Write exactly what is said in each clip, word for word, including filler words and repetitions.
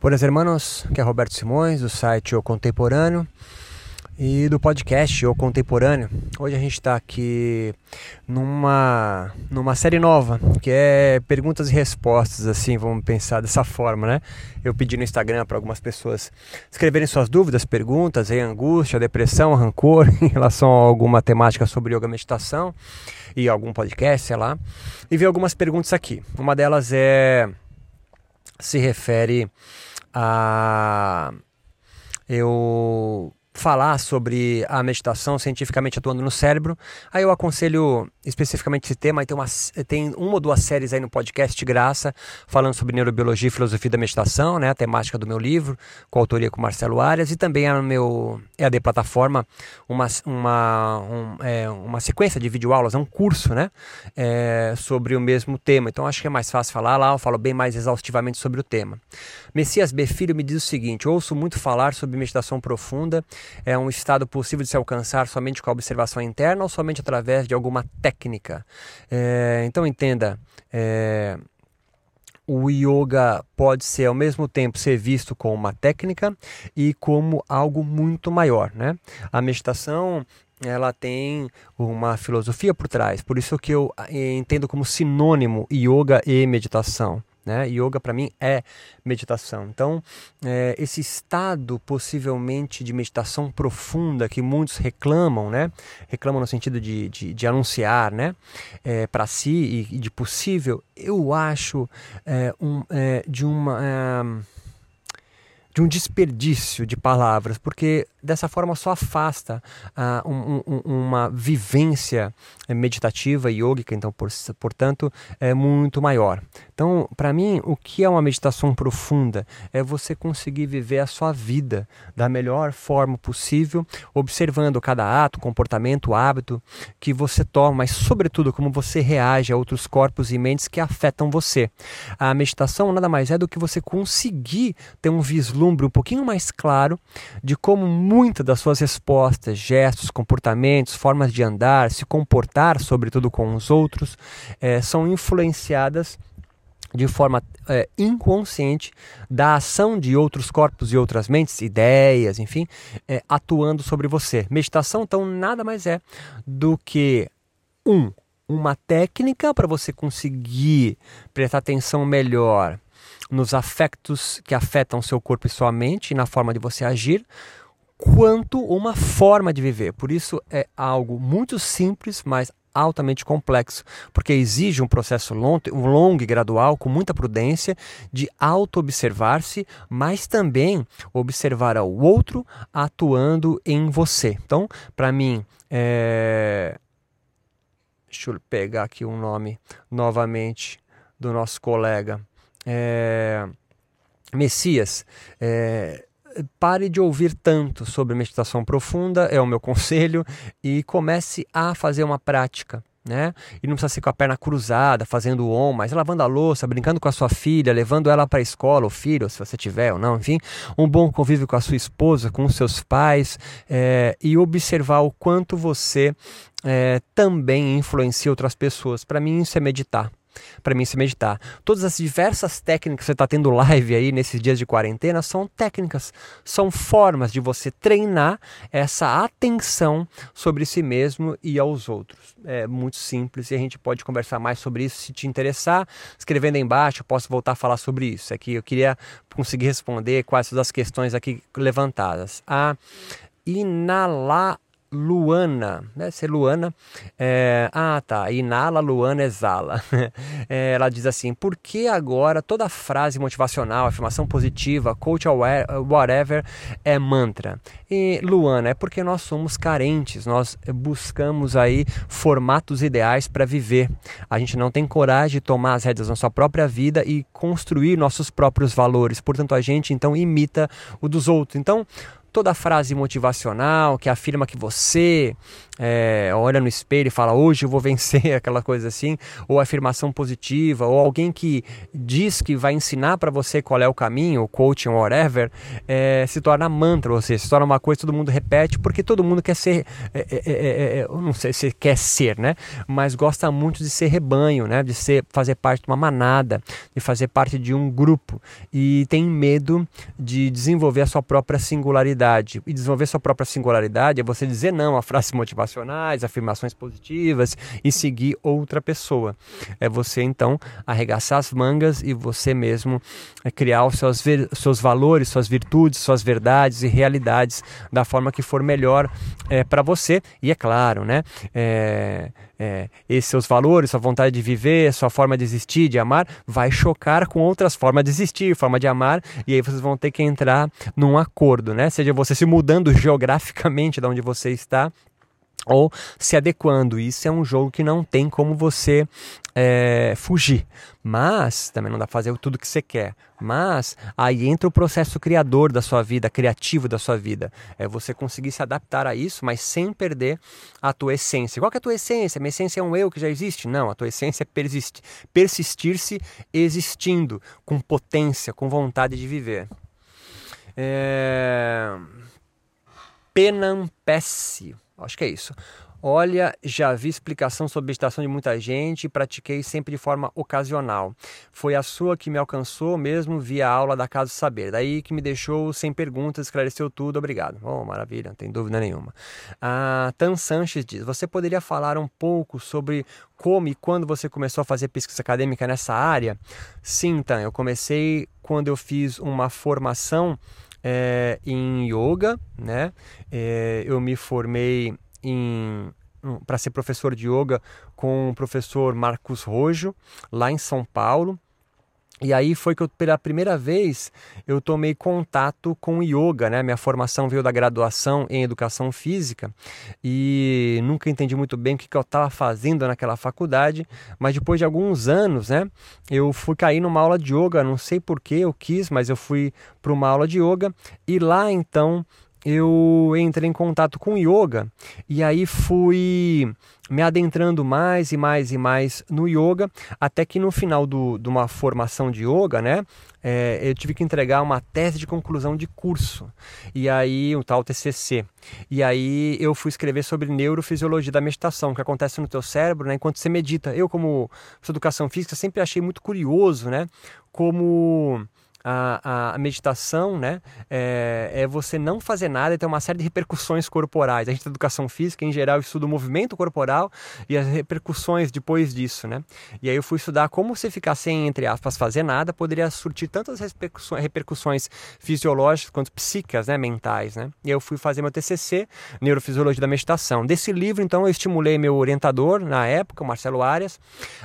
Buenas hermanos, que é Roberto Simões, do site O Contemporâneo e do podcast O Contemporâneo. Hoje a gente está aqui numa, numa série nova, que é perguntas e respostas, assim, vamos pensar dessa forma, né? Eu pedi no Instagram para algumas pessoas escreverem suas dúvidas, perguntas, aí, angústia, depressão, rancor, em relação a alguma temática sobre yoga, meditação e algum podcast, sei lá. E vi algumas perguntas aqui. Uma delas é... se refere a eu falar sobre a meditação cientificamente atuando no cérebro. Aí eu aconselho especificamente esse tema. Aí tem, uma, tem uma ou duas séries aí no podcast de graça falando sobre neurobiologia e filosofia da meditação, né, a temática do meu livro, com autoria com Marcelo Arias, e também é no meu E A D plataforma uma, uma, um, é, uma sequência de videoaulas, é um curso, né, é, sobre o mesmo tema. Então acho que é mais fácil falar lá, eu falo bem mais exaustivamente sobre o tema. Messias B. Filho me diz o seguinte: ouço muito falar sobre meditação profunda. É um estado possível de se alcançar somente com a observação interna ou somente através de alguma técnica? É, então entenda, é, o yoga pode ser ao mesmo tempo ser visto como uma técnica e como algo muito maior, né? A meditação, ela tem uma filosofia por trás, por isso que eu entendo como sinônimo yoga e meditação. Né? Yoga para mim é meditação. Então é, esse estado possivelmente de meditação profunda que muitos reclamam, né? Reclamam no sentido de, de, de anunciar, né? É, para si e, e de possível, eu acho é, um, é, de uma... É, de um desperdício de palavras, porque dessa forma só afasta uh, um, um, uma vivência meditativa e yógica, então, por, portanto, é muito maior. Então, para mim, o que é uma meditação profunda? É você conseguir viver a sua vida da melhor forma possível, observando cada ato, comportamento, hábito que você toma, mas, sobretudo, como você reage a outros corpos e mentes que afetam você. A meditação nada mais é do que você conseguir ter um vislumbre um pouquinho mais claro de como muitas das suas respostas, gestos, comportamentos, formas de andar, se comportar, sobretudo com os outros, é, são influenciadas de forma é, inconsciente da ação de outros corpos e outras mentes, ideias, enfim, é, atuando sobre você. Meditação, então, nada mais é do que um, uma técnica para você conseguir prestar atenção melhor nos afetos que afetam seu corpo e sua mente e na forma de você agir, quanto uma forma de viver. Por isso é algo muito simples, mas altamente complexo, porque exige um processo longo, longo e gradual, com muita prudência, de auto-observar-se, mas também observar ao outro atuando em você. Então, para mim, é... deixa eu pegar aqui um nome novamente do nosso colega. É, Messias, é, pare de ouvir tanto sobre meditação profunda, é o meu conselho, e comece a fazer uma prática, né? E não precisa ser com a perna cruzada, fazendo om, mas lavando a louça, brincando com a sua filha, levando ela para a escola, ou filho, se você tiver ou não, enfim, um bom convívio com a sua esposa, com os seus pais, é, e observar o quanto você é, também influencia outras pessoas. Para mim isso é meditar. Para mim, se meditar. Todas as diversas técnicas que você está tendo live aí nesses dias de quarentena são técnicas, são formas de você treinar essa atenção sobre si mesmo e aos outros. É muito simples e a gente pode conversar mais sobre isso se te interessar. Escrevendo aí embaixo, eu posso voltar a falar sobre isso. Aqui eu queria conseguir responder quais são as questões aqui levantadas. A inalar Luana, deve ser Luana, é, ah tá, inala, Luana, exala. É, ela diz assim: por que agora toda frase motivacional, afirmação positiva, coach aware, whatever, é mantra? E Luana, é porque nós somos carentes, nós buscamos aí formatos ideais para viver. A gente não tem coragem de tomar as rédeas da nossa própria vida e construir nossos próprios valores, portanto a gente então imita o dos outros. Então, toda frase motivacional que afirma que você é, olha no espelho e fala, hoje eu vou vencer, aquela coisa assim, ou afirmação positiva, ou alguém que diz que vai ensinar para você qual é o caminho, o coaching, whatever, é, se torna mantra, ou seja, se torna uma coisa que todo mundo repete, porque todo mundo quer ser, é, é, é, é, eu não sei se quer ser, né? Mas gosta muito de ser rebanho, né? De ser, fazer parte de uma manada, de fazer parte de um grupo, e tem medo de desenvolver a sua própria singularidade. E desenvolver sua própria singularidade é você dizer não a frases motivacionais, afirmações positivas e seguir outra pessoa. É você então arregaçar as mangas e você mesmo criar os seus, seus valores, suas virtudes, suas verdades e realidades da forma que for melhor é, para você. E é claro, né? É, é, esses seus valores, sua vontade de viver, sua forma de existir, de amar, vai chocar com outras formas de existir, forma de amar, e aí vocês vão ter que entrar num acordo, né? Seja você se mudando geograficamente de onde você está, ou se adequando. Isso é um jogo que não tem como você é, fugir, mas também não dá para fazer tudo que você quer. Mas aí entra o processo criador da sua vida, criativo da sua vida. É você conseguir se adaptar a isso, mas sem perder a tua essência. Qual que é a tua essência? Minha essência é um eu que já existe? Não, a tua essência é persistir, persistir-se existindo, com potência, com vontade de viver. É... Penampesse. Acho que é isso. Olha, já vi explicação sobre meditação de muita gente e pratiquei sempre de forma ocasional. Foi a sua que me alcançou mesmo via aula da Casa do Saber. Daí que me deixou sem perguntas, esclareceu tudo, obrigado. Oh, maravilha, não tem dúvida nenhuma. A Tan Sanches diz, você poderia falar um pouco sobre como e quando você começou a fazer pesquisa acadêmica nessa área? Sim, Tan, eu comecei quando eu fiz uma formação É, em yoga, né? É, eu me formei para ser professor de yoga com o professor Marcos Rojo, lá em São Paulo. E aí foi que eu, pela primeira vez, eu tomei contato com o yoga, né? Minha formação veio da graduação em educação física e nunca entendi muito bem o que, que eu estava fazendo naquela faculdade, mas depois de alguns anos, né? Eu fui cair numa aula de yoga, não sei por que eu quis, mas eu fui para uma aula de yoga e lá então eu entrei em contato com yoga e aí fui me adentrando mais e mais e mais no yoga, até que no final do, de uma formação de yoga, né, é, eu tive que entregar uma tese de conclusão de curso, e aí o tal T C C, e aí eu fui escrever sobre neurofisiologia da meditação, que acontece no teu cérebro, né, enquanto você medita. Eu, como sou educação física, sempre achei muito curioso, né, como A, a, a meditação, né, é, é você não fazer nada e ter uma série de repercussões corporais. A gente da educação física, em geral, estuda o movimento corporal e as repercussões depois disso, né? E aí eu fui estudar como você ficar sem, entre aspas, fazer nada, poderia surtir tantas repercussões, repercussões fisiológicas quanto psíquicas, né, mentais, né? E aí eu fui fazer meu T C C, Neurofisiologia da Meditação. Desse livro, então, eu estimulei meu orientador, na época, o Marcelo Arias,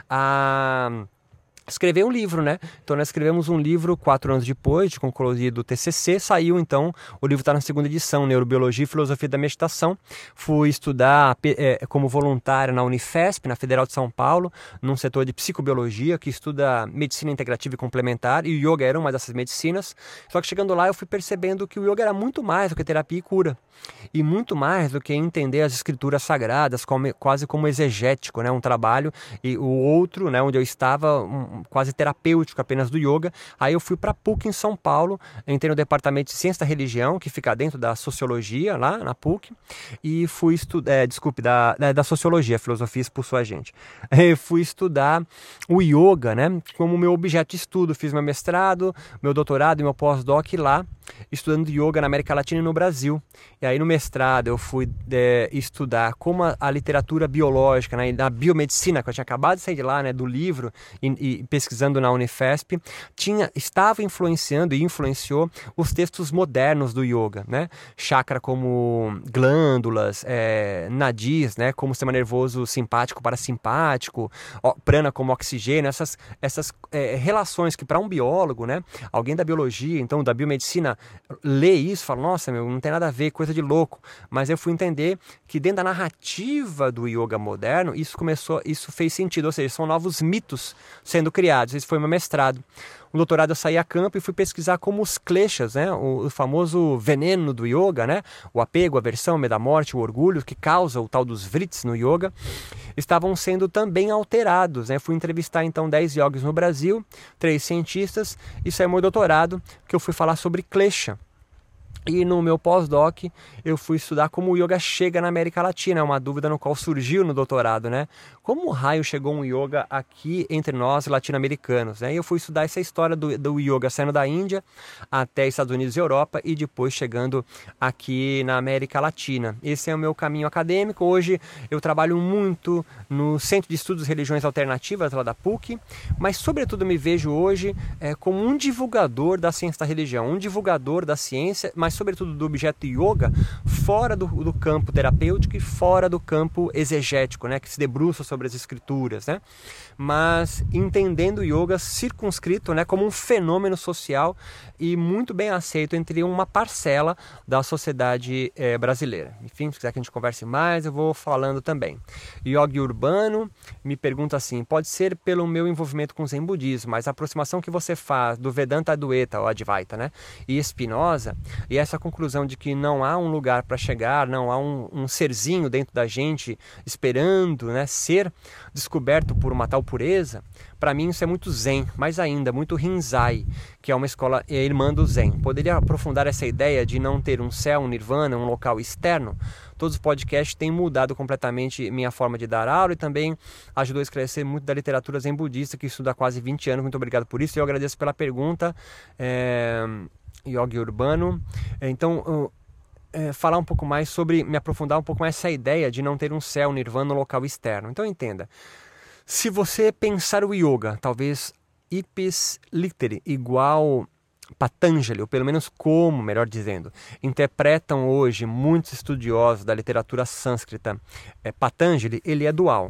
a escrever um livro, né? Então nós escrevemos um livro quatro anos depois de concluído o T C C, saiu então, o livro está na segunda edição, Neurobiologia e Filosofia da Meditação. Fui estudar é, como voluntário na Unifesp, na Federal de São Paulo, num setor de psicobiologia, que estuda medicina integrativa e complementar, e o yoga era uma dessas medicinas. Só que chegando lá eu fui percebendo que o yoga era muito mais do que terapia e cura, e muito mais do que entender as escrituras sagradas, como, quase como exegético, né? Um trabalho, e o outro, né, onde eu estava, um, quase terapêutico apenas do yoga. Aí eu fui para a PUC em São Paulo, entrei no departamento de Ciência da Religião, que fica dentro da Sociologia, lá na PUC, e fui estudar, é, desculpe, da, da, da Sociologia, a filosofia expulsou a gente. Eu fui estudar o yoga, né, como meu objeto de estudo. Fiz meu mestrado, meu doutorado e meu pós-doc lá, estudando yoga na América Latina e no Brasil. E aí no mestrado eu fui é, estudar como a, a literatura biológica, né, na biomedicina, que eu tinha acabado de sair de lá, né, do livro, e, e pesquisando na Unifesp, tinha, estava influenciando e influenciou os textos modernos do yoga, né? Chakra como glândulas, é, nadis, né, como sistema nervoso simpático parasimpático, ó, prana como oxigênio, essas, essas é, relações que para um biólogo, né, alguém da biologia, então da biomedicina, lê isso e fala, nossa, meu, não tem nada a ver, coisa de louco. Mas eu fui entender que dentro da narrativa do yoga moderno, isso começou, isso fez sentido, ou seja, são novos mitos sendo criados. Esse foi meu mestrado. o doutorado eu saí a campo e fui pesquisar como os kleshas, né, o, o famoso veneno do yoga, né, o apego, a aversão, o medo da morte, o orgulho que causa o tal dos vrits no yoga, estavam sendo também alterados, né? Fui entrevistar então dez yogis no Brasil, três cientistas, e saiu meu doutorado, que eu fui falar sobre klesha. E no meu pós-doc eu fui estudar como o yoga chega na América Latina, é uma dúvida no qual surgiu no doutorado, né? Como raio chegou um yoga aqui entre nós latino-americanos, né? E eu fui estudar essa história do, do yoga saindo da Índia até Estados Unidos e Europa e depois chegando aqui na América Latina. Esse é o meu caminho acadêmico. Hoje eu trabalho muito no Centro de Estudos de Religiões Alternativas lá da P U C, mas sobretudo me vejo hoje é, como um divulgador da ciência da religião, um divulgador da ciência, mas sobretudo do objeto yoga, fora do, do campo terapêutico e fora do campo exegético, né, que se debruça sobre as escrituras, né, mas entendendo o yoga circunscrito, né, como um fenômeno social e muito bem aceito entre uma parcela da sociedade é, brasileira. Enfim, se quiser que a gente converse mais, eu vou falando também. Yogi Urbano me pergunta assim, pode ser pelo meu envolvimento com o Zen Budismo, mas a aproximação que você faz do Vedanta Advaita, ou Advaita, né, e Spinoza, e essa conclusão de que não há um lugar para chegar, não há um, um serzinho dentro da gente esperando, né, ser descoberto por uma tal pureza, para mim isso é muito Zen, mais ainda, muito Rinzai, que é uma escola é irmã do Zen. Poderia aprofundar essa ideia de não ter um céu, um nirvana, um local externo? Todos os podcasts têm mudado completamente minha forma de dar aula e também ajudou a esclarecer muito da literatura zen budista, que estudo há quase vinte anos. Muito obrigado por isso e eu agradeço pela pergunta. É... Yogi Urbano. Então, é, falar um pouco mais sobre, me aprofundar um pouco mais essa ideia de não ter um céu, nirvana, um local externo. Então, entenda, se você pensar o yoga, talvez ipsis literi, igual Patanjali, ou pelo menos como, melhor dizendo, interpretam hoje muitos estudiosos da literatura sânscrita, é, Patanjali, ele é dual.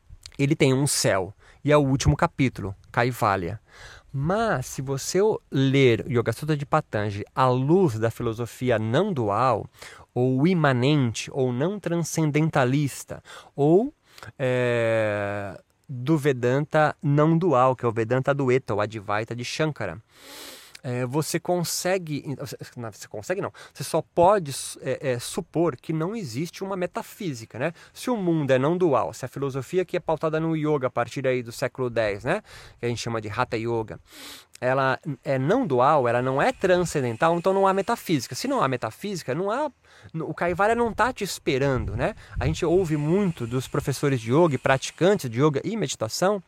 Ele tem um céu, e é o último capítulo, Kaivalya. Mas, se você ler o Yoga Sutra de Patanjali à luz da filosofia não dual, ou imanente, ou não transcendentalista, ou é, do Vedanta não dual, que é o Vedanta Advaita, ou Advaita de Shankara, é, você consegue, não, você consegue não, você só pode é, é, supor que não existe uma metafísica, né? Se o mundo é não dual, se a filosofia que é pautada no yoga a partir aí do século dez, né? Que a gente chama de Hatha Yoga, ela é não dual, ela não é transcendental, então não há metafísica. Se não há metafísica, não há, o Kaivalya não está te esperando, né? A gente ouve muito dos professores de yoga, praticantes de yoga e meditação,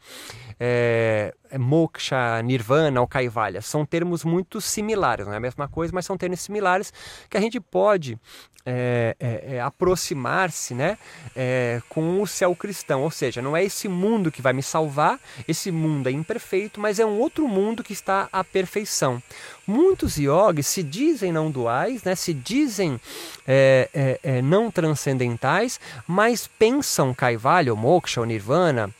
é, moksha, nirvana ou Kaivalya, são termos muito similares, não é a mesma coisa, mas são termos similares que a gente pode é, é, é, aproximar-se, né, é, com o céu cristão, ou seja, não é esse mundo que vai me salvar, esse mundo é imperfeito, mas é um outro mundo que está à perfeição. Muitos yogis se dizem não duais, né, se dizem é, é, é, não transcendentais, mas pensam Kaivalya, ou moksha, ou nirvana,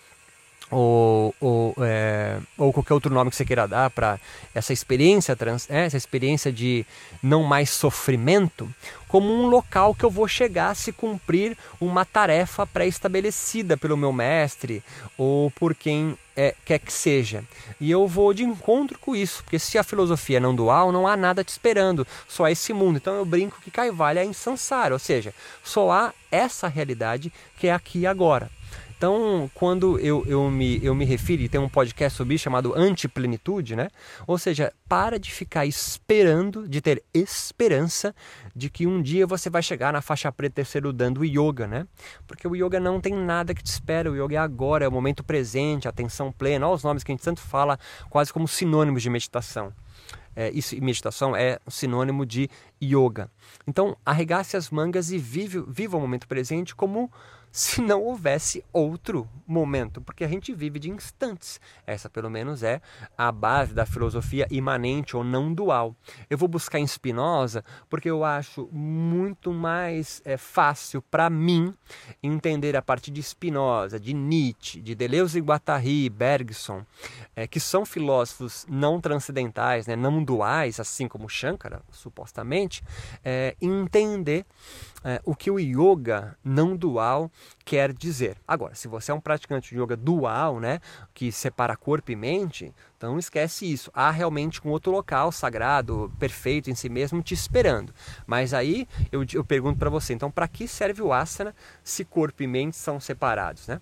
ou, ou, é, ou qualquer outro nome que você queira dar para essa experiência, trans, é, essa experiência de não mais sofrimento, como um local que eu vou chegar se cumprir uma tarefa pré-estabelecida pelo meu mestre ou por quem é, quer que seja. E eu vou de encontro com isso, porque se a filosofia é não dual, não há nada te esperando, só há esse mundo. Então eu brinco que Kaivalya é insansara, ou seja, só há essa realidade que é aqui e agora. Então, quando eu, eu, me, eu me refiro, e tem um podcast sobre isso chamado Antiplenitude, né? Ou seja, para de ficar esperando, de ter esperança de que um dia você vai chegar na faixa preta terceiro dan do yoga, né? Porque o yoga não tem nada que te espera, o yoga é agora, é o momento presente, a atenção plena, olha os nomes que a gente tanto fala quase como sinônimos de meditação. É, isso, e meditação é sinônimo de yoga. Então, arregace as mangas e vive, viva o momento presente como se não houvesse outro momento, porque a gente vive de instantes. Essa, pelo menos, é a base da filosofia imanente ou não dual. Eu vou buscar em Spinoza porque eu acho muito mais é, fácil para mim entender a partir de Spinoza, de Nietzsche, de Deleuze e Guattari, Bergson, é, que são filósofos não transcendentais, né, não duais, assim como Shankara, supostamente, é, entender é, o que o yoga não dual quer dizer. Agora, se você é um praticante de yoga dual, né, que separa corpo e mente, então esquece isso. Há realmente um outro local sagrado, perfeito em si mesmo, te esperando. Mas aí eu, eu pergunto para você, então para que serve o asana se corpo e mente são separados, né?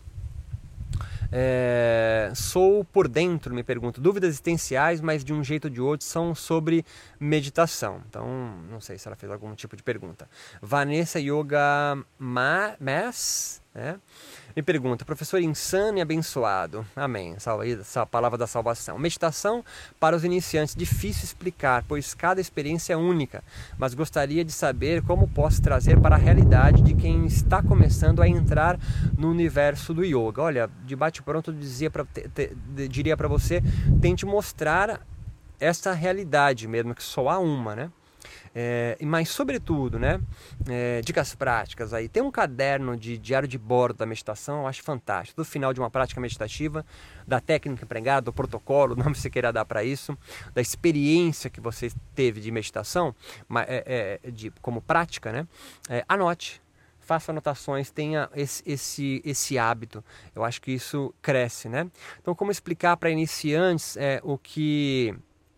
É, sou por dentro, me pergunto, dúvidas existenciais, mas de um jeito ou de outro são sobre meditação. Então, não sei se ela fez algum tipo de pergunta. Vanessa Yoga Ma, Mass, né? Me pergunta, professor insano e abençoado, amém, essa palavra da salvação. Meditação para os iniciantes, difícil explicar, pois cada experiência é única, mas gostaria de saber como posso trazer para a realidade de quem está começando a entrar no universo do yoga. Olha, de bate-pronto dizia pra, te, te, diria para você, tente mostrar essa realidade mesmo, que só há uma, né? É, mas sobretudo, né, é, dicas práticas aí. Tem um caderno de diário de bordo da meditação, eu acho fantástico. Do final de uma prática meditativa, da técnica empregada, do protocolo, o nome que você queira dar para isso, da experiência que você teve de meditação, é, é, de, como prática, né, é, anote. Faça anotações, tenha esse, esse, esse hábito. Eu acho que isso cresce, né? Então, como explicar para iniciantes é, o que...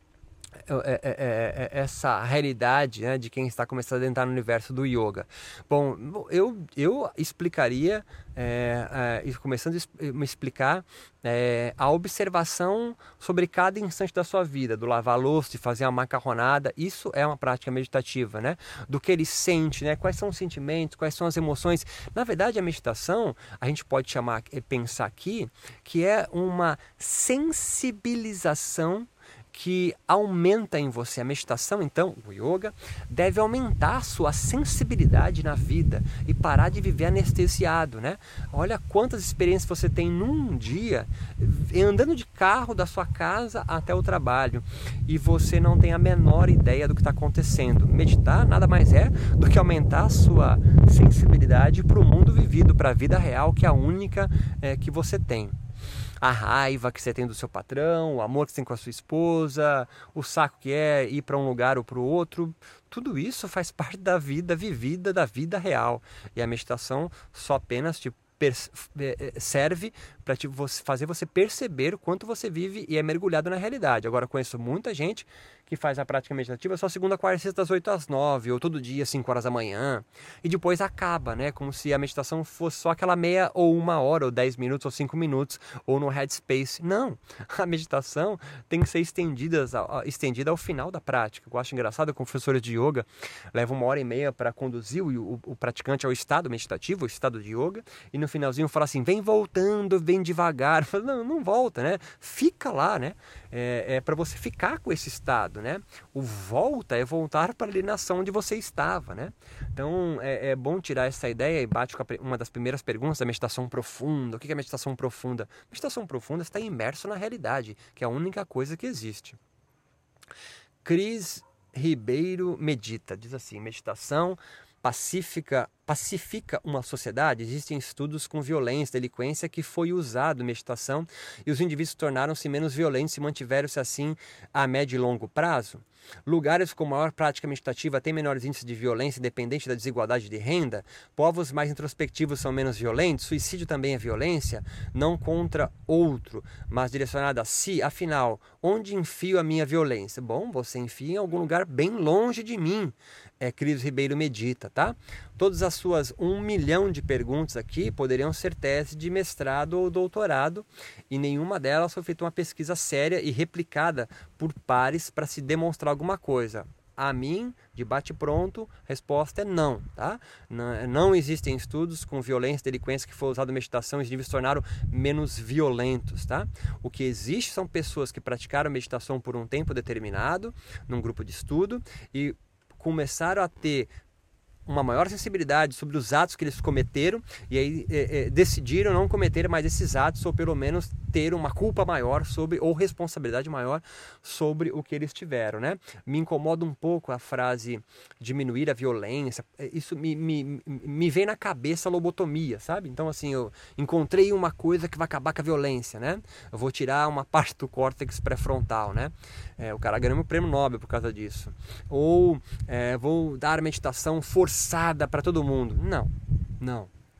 É, é, é, essa realidade, né, de quem está começando a entrar no universo do yoga. Bom, eu, eu explicaria, é, é, começando a me explicar é, a observação sobre cada instante da sua vida, do lavar a louça, de fazer uma macarronada, isso é uma prática meditativa, né? Do que ele sente, né? Quais são os sentimentos, quais são as emoções. Na verdade, a meditação, a gente pode chamar, pensar aqui, que é uma sensibilização que aumenta em você. A meditação, então, o yoga, deve aumentar a sua sensibilidade na vida e parar de viver anestesiado, né? Olha quantas experiências você tem num dia, andando de carro da sua casa até o trabalho, e você não tem a menor ideia do que está acontecendo. Meditar nada mais é do que aumentar a sua sensibilidade para o mundo vivido, para a vida real, que é a única é, que você tem. A raiva que você tem do seu patrão, o amor que você tem com a sua esposa, o saco que é ir para um lugar ou para o outro, tudo isso faz parte da vida vivida, da vida real. E a meditação só apenas te serve para te fazer você perceber o quanto você vive e é mergulhado na realidade. Agora, eu conheço muita gente que faz a prática meditativa só segunda, quarta e sexta, das oito às nove, ou todo dia, cinco horas da manhã, e depois acaba, né? Como se a meditação fosse só aquela meia ou uma hora, ou dez minutos, ou cinco minutos, ou no headspace. Não! A meditação tem que ser estendida, estendida ao final da prática. Eu acho engraçado, professores de yoga levam uma hora e meia para conduzir o, o, o praticante ao estado meditativo, o estado de yoga, e no finalzinho fala assim, vem voltando, vem devagar. Falo, não, não volta, né? Fica lá, né? É, é para você ficar com esse estado, né? O volta é voltar para a alienação onde você estava, né? Então é, é bom tirar essa ideia e bate com a, uma das primeiras perguntas da meditação profunda. O que é meditação profunda? Meditação profunda está imerso na realidade, que é a única coisa que existe. Cris Ribeiro medita, diz assim, meditação pacífica, pacifica uma sociedade. Existem estudos com violência, delinquência que foi usado meditação e os indivíduos tornaram-se menos violentos e mantiveram-se assim a médio e longo prazo. Lugares com maior prática meditativa têm menores índices de violência independente da desigualdade de renda. Povos mais introspectivos são menos violentos. Suicídio também é violência, não contra outro, mas direcionada a si. Afinal, onde enfio a minha violência? Bom, você enfia em algum lugar bem longe de mim. É, Cris Ribeiro medita, tá? Todas as suas um milhão de perguntas aqui poderiam ser tese de mestrado ou doutorado e nenhuma delas foi feita uma pesquisa séria e replicada por pares para se demonstrar alguma coisa. A mim, de bate-pronto, resposta é não, tá? Não, não existem estudos com violência e delinquência que foi usado meditação e os indivíduos se tornaram menos violentos, tá? O que existe são pessoas que praticaram meditação por um tempo determinado, num grupo de estudo, e começaram a ter uma maior sensibilidade sobre os atos que eles cometeram e aí é, é, decidiram não cometer mais esses atos ou pelo menos ter uma culpa maior sobre ou responsabilidade maior sobre o que eles tiveram, né? Me incomoda um pouco a frase diminuir a violência, isso me, me, me vem na cabeça a lobotomia, sabe? Então assim, eu encontrei uma coisa que vai acabar com a violência, né? Eu vou tirar uma parte do córtex pré-frontal, né? É, o cara ganhou um prêmio Nobel por causa disso. Ou é, vou dar meditação forçada para todo mundo. Não, não.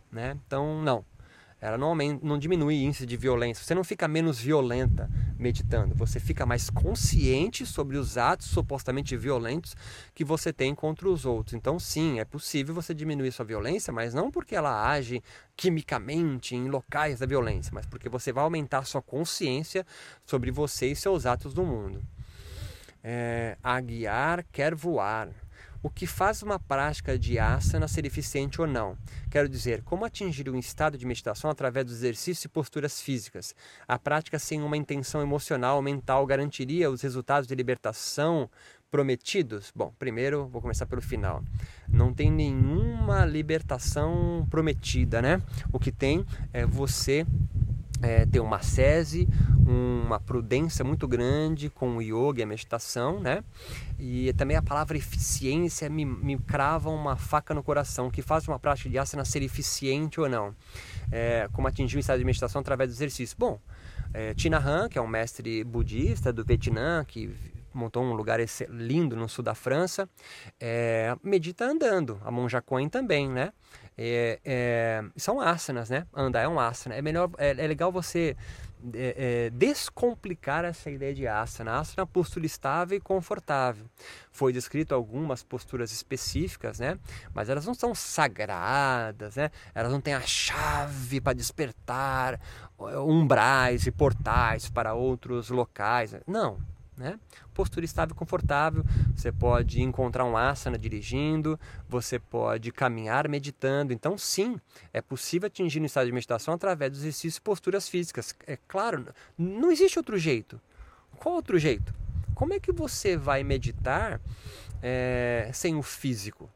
né? Então, não. Ela não, aumenta, não diminui o índice de violência. Você não fica menos violenta meditando. Você fica mais consciente sobre os atos supostamente violentos que você tem contra os outros. Então, sim, é possível você diminuir sua violência, mas não porque ela age quimicamente em locais da violência, mas porque você vai aumentar sua consciência sobre você e seus atos no mundo. É, aguiar quer voar. O que faz uma prática de asana ser eficiente ou não? Quero dizer, como atingir um estado de meditação através do exercício e posturas físicas? A prática sem uma intenção emocional ou mental garantiria os resultados de libertação prometidos? Bom, primeiro vou começar pelo final. Não tem nenhuma libertação prometida, né? O que tem é você É, ter uma ascese, uma prudência muito grande com o yoga e a meditação, né? E também a palavra eficiência me, me crava uma faca no coração, que faz uma prática de asana ser eficiente ou não. É, como atingir um estado de meditação através do exercício? Bom, é, Thich Nhat Hanh, que é um mestre budista do Vietnã, que montou um lugar lindo no sul da França, é, medita andando. A Monja Coen também, né? É, é, são asanas, né? Andar é um asana. É, melhor, é, é legal você é, é, descomplicar essa ideia de asana. Asana é uma postura estável e confortável. Foi descrito algumas posturas específicas, né? Mas elas não são sagradas, né? Elas não têm a chave para despertar umbrais e portais para outros locais. Não. Né? Postura estável e confortável, você pode encontrar um asana dirigindo, você pode caminhar meditando. Então sim, é possível atingir um estado de meditação através dos exercícios e posturas físicas. É claro, não existe outro jeito. Qual outro jeito? Como é que você vai meditar é, sem o físico?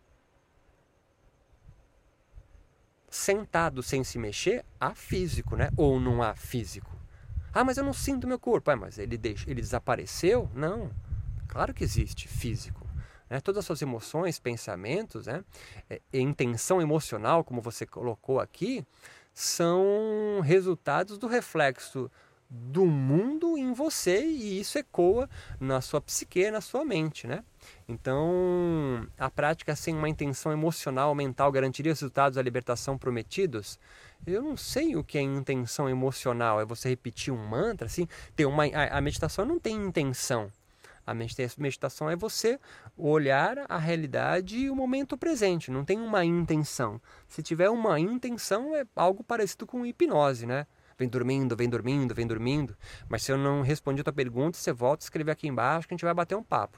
Sentado sem se mexer, há físico, né? Ou não há físico? Ah, mas eu não sinto meu corpo. Ah, mas ele, deixa, ele desapareceu? Não. Claro que existe físico. Né? Todas as suas emoções, pensamentos, né? é, intenção emocional, como você colocou aqui, são resultados do reflexo do mundo em você e isso ecoa na sua psique, na sua mente, né? Então, a prática sem uma intenção emocional, mental, garantiria os resultados da libertação prometidos? Eu não sei o que é intenção emocional. É você repetir um mantra, assim? Tem uma, a, a meditação não tem intenção. A meditação é você olhar a realidade e o momento presente. Não tem uma intenção. Se tiver uma intenção, é algo parecido com hipnose, né? Vem dormindo, vem dormindo, vem dormindo. Mas se eu não respondi a tua pergunta, você volta a escrever aqui embaixo que a gente vai bater um papo.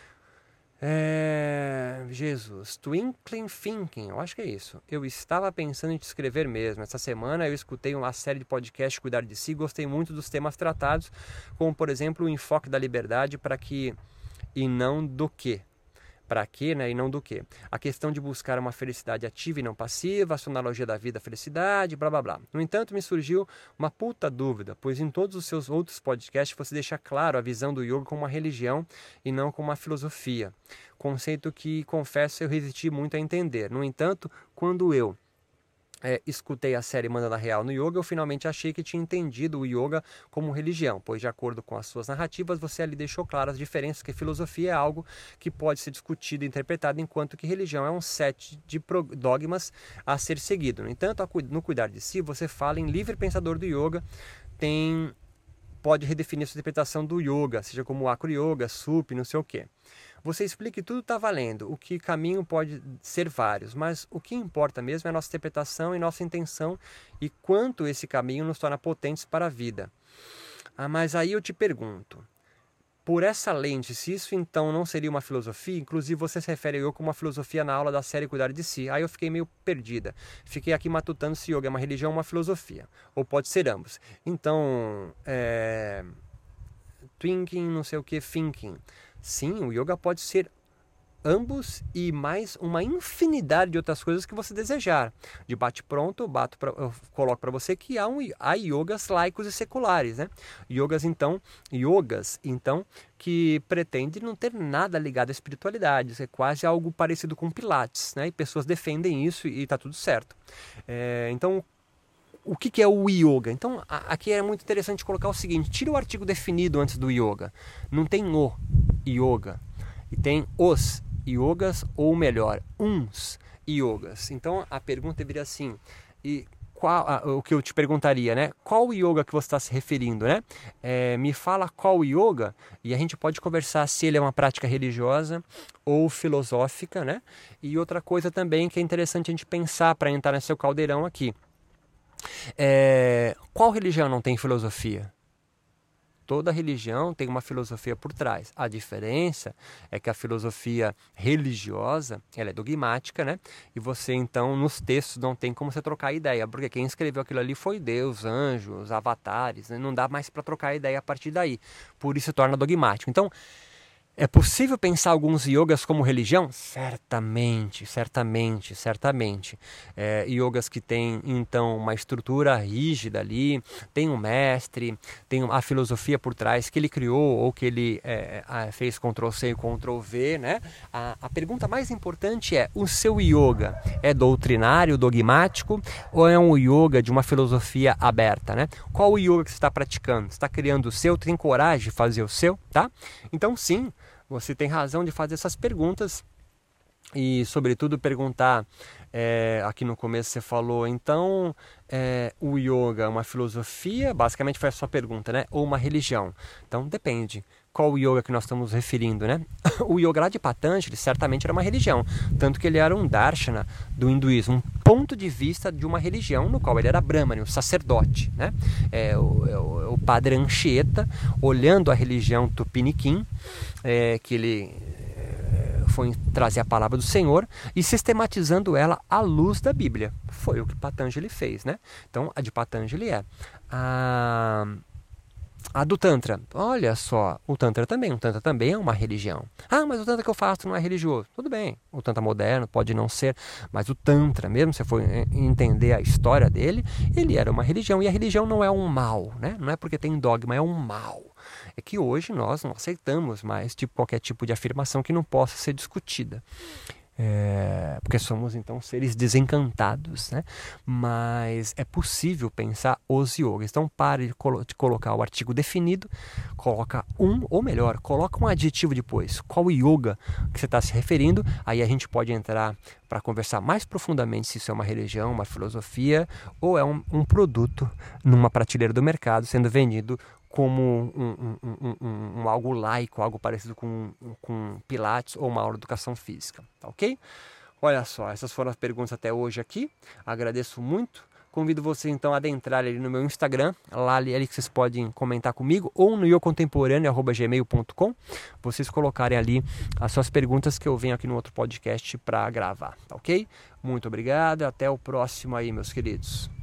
É... Jesus, Twinkling Thinking, eu acho que é isso. Eu estava pensando em te escrever mesmo. Essa semana eu escutei uma série de podcasts Cuidar de Si, gostei muito dos temas tratados, como por exemplo o enfoque da liberdade para que e não do que. Para quê, né, e não do que. A questão de buscar uma felicidade ativa e não passiva, a sua analogia da vida, felicidade, blá blá blá. No entanto, me surgiu uma puta dúvida, pois em todos os seus outros podcasts você deixa claro a visão do yoga como uma religião e não como uma filosofia. Conceito que, confesso, eu resisti muito a entender. No entanto, quando eu É, escutei a série Mandala Real no Yoga, eu finalmente achei que tinha entendido o Yoga como religião, pois de acordo com as suas narrativas, você ali deixou claras as diferenças, que filosofia é algo que pode ser discutido e interpretado, enquanto que religião é um set de dogmas a ser seguido. No entanto, no Cuidar de Si, você fala em livre pensador do Yoga, tem, pode redefinir a sua interpretação do Yoga, seja como Acro Yoga, Supi, não sei o quê. Você explica que tudo está valendo, o que caminho pode ser vários, mas o que importa mesmo é a nossa interpretação e nossa intenção e quanto esse caminho nos torna potentes para a vida. Ah, mas aí eu te pergunto, por essa lente, se isso então não seria uma filosofia, inclusive você se refere a yoga como uma filosofia na aula da série Cuidar de Si, aí eu fiquei meio perdida, fiquei aqui matutando se yoga é uma religião ou uma filosofia, ou pode ser ambos. Então, é... thinking, não sei o que, thinking. Sim, o yoga pode ser ambos e mais uma infinidade de outras coisas que você desejar. De bate-pronto, eu, bato pra, eu coloco para você que há, um, há yogas laicos e seculares, né? Yogas, então, yogas, então, que pretendem não ter nada ligado à espiritualidade. Isso é quase algo parecido com Pilates, né? E pessoas defendem isso e está tudo certo. É, então, o que, que é o yoga? Então, a, aqui é muito interessante colocar o seguinte, tira o artigo definido antes do yoga. Não tem o yoga, e tem os yogas, ou melhor, uns yogas. Então a pergunta viria assim, e qual, ah, o que eu te perguntaria, né? Qual yoga que você está se referindo, né? É, me fala qual yoga e a gente pode conversar se ele é uma prática religiosa ou filosófica, né? E outra coisa também que é interessante a gente pensar para entrar nesse seu caldeirão aqui. É, qual religião não tem filosofia? Toda religião tem uma filosofia por trás. A diferença é que a filosofia religiosa, ela é dogmática, né? E você, então, nos textos não tem como você trocar ideia, porque quem escreveu aquilo ali foi Deus, anjos, avatares, né? Não dá mais para trocar ideia a partir daí. Por isso se torna dogmático. Então, é possível pensar alguns yogas como religião? Certamente, certamente, certamente. É, yogas que têm, então, uma estrutura rígida ali, tem um mestre, tem a filosofia por trás que ele criou ou que ele é, fez control C e control V, né? A, a pergunta mais importante é, o seu yoga é doutrinário, dogmático, ou é um yoga de uma filosofia aberta, né? Qual o yoga que você está praticando? Você está criando o seu? Tem coragem de fazer o seu, tá? Então, sim, você tem razão de fazer essas perguntas e, sobretudo, perguntar, é, aqui no começo você falou, então, é, o yoga é uma filosofia? Basicamente foi a sua pergunta, né? Ou uma religião? Então, depende. Qual o yoga que nós estamos referindo, né? O yoga lá de Patanjali certamente era uma religião, tanto que ele era um darshana do hinduísmo, um ponto de vista de uma religião no qual ele era brahmane, o sacerdote, né? É, o, é o, é o padre Anchieta, olhando a religião tupiniquim, é, que ele é, foi trazer a palavra do Senhor e sistematizando ela à luz da Bíblia. Foi o que Patanjali fez, né? Então, a de Patanjali é a... A do Tantra, olha só, o Tantra também, o Tantra também é uma religião. Ah, mas o Tantra que eu faço não é religioso. Tudo bem, o Tantra moderno pode não ser, mas o Tantra, mesmo se você for entender a história dele, ele era uma religião. E a religião não é um mal, né? Não é porque tem dogma, é um mal. É que hoje nós não aceitamos mais tipo, qualquer tipo de afirmação que não possa ser discutida. É, porque somos então seres desencantados, né? Mas é possível pensar os yogas. Então pare de, colo de colocar o artigo definido, coloca um, ou melhor, coloca um adjetivo depois. Qual yoga que você está se referindo? Aí a gente pode entrar para conversar mais profundamente se isso é uma religião, uma filosofia ou é um, um produto numa prateleira do mercado sendo vendido como um, um, um, um, um algo laico, algo parecido com, com Pilates ou uma aula de educação física, tá ok? Olha só, essas foram as perguntas até hoje aqui, agradeço muito, convido você então a adentrar ali no meu Instagram, lá ali que vocês podem comentar comigo, ou no eu contemporâneo arroba gmail ponto com, vocês colocarem ali as suas perguntas que eu venho aqui no outro podcast para gravar, tá ok? Muito obrigado, até o próximo aí, meus queridos.